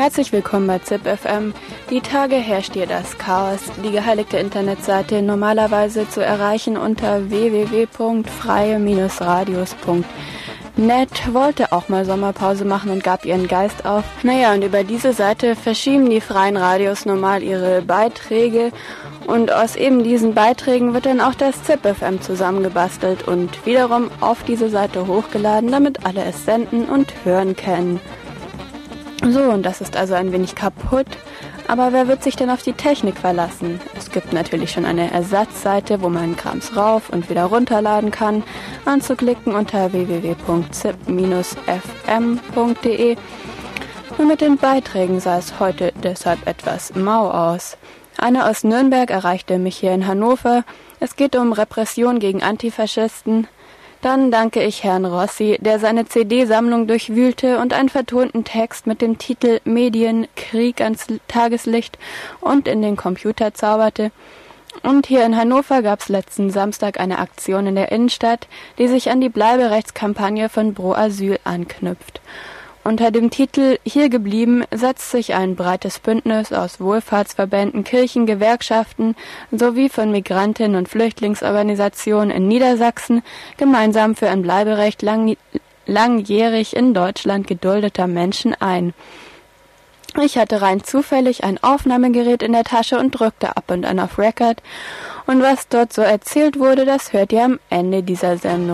Herzlich willkommen bei ZIP FM. Die Tage herrscht hier das Chaos. Die geheiligte Internetseite normalerweise zu erreichen unter www.freie-radios.net wollte auch mal Sommerpause machen und gab ihren Geist auf. Naja, und über diese Seite verschieben die freien Radios normal ihre Beiträge und aus eben diesen Beiträgen wird dann auch das ZIP FM zusammengebastelt und wiederum auf diese Seite hochgeladen, damit alle es senden und hören können. So, und das ist also ein wenig kaputt. Aber wer wird sich denn auf die Technik verlassen? Es gibt natürlich schon eine Ersatzseite, wo man Krams rauf und wieder runterladen kann. Anzuklicken unter www.zip-fm.de. Und mit den Beiträgen sah es heute deshalb etwas mau aus. Einer aus Nürnberg erreichte mich hier in Hannover. Es geht um Repression gegen Antifaschisten. Dann danke ich Herrn Rossi, der seine CD-Sammlung durchwühlte und einen vertonten Text mit dem Titel Medien, Krieg ans Tageslicht und in den Computer zauberte. Und hier in Hannover gab es letzten Samstag eine Aktion in der Innenstadt, die sich an die Bleiberechtskampagne von Pro Asyl anknüpft. Unter dem Titel Hier geblieben setzt sich ein breites Bündnis aus Wohlfahrtsverbänden, Kirchen, Gewerkschaften sowie von Migrantinnen und Flüchtlingsorganisationen in Niedersachsen gemeinsam für ein Bleiberecht langjährig in Deutschland geduldeter Menschen ein. Ich hatte rein zufällig ein Aufnahmegerät in der Tasche und drückte ab und an auf Record. Und was dort so erzählt wurde, das hört ihr am Ende dieser Sendung.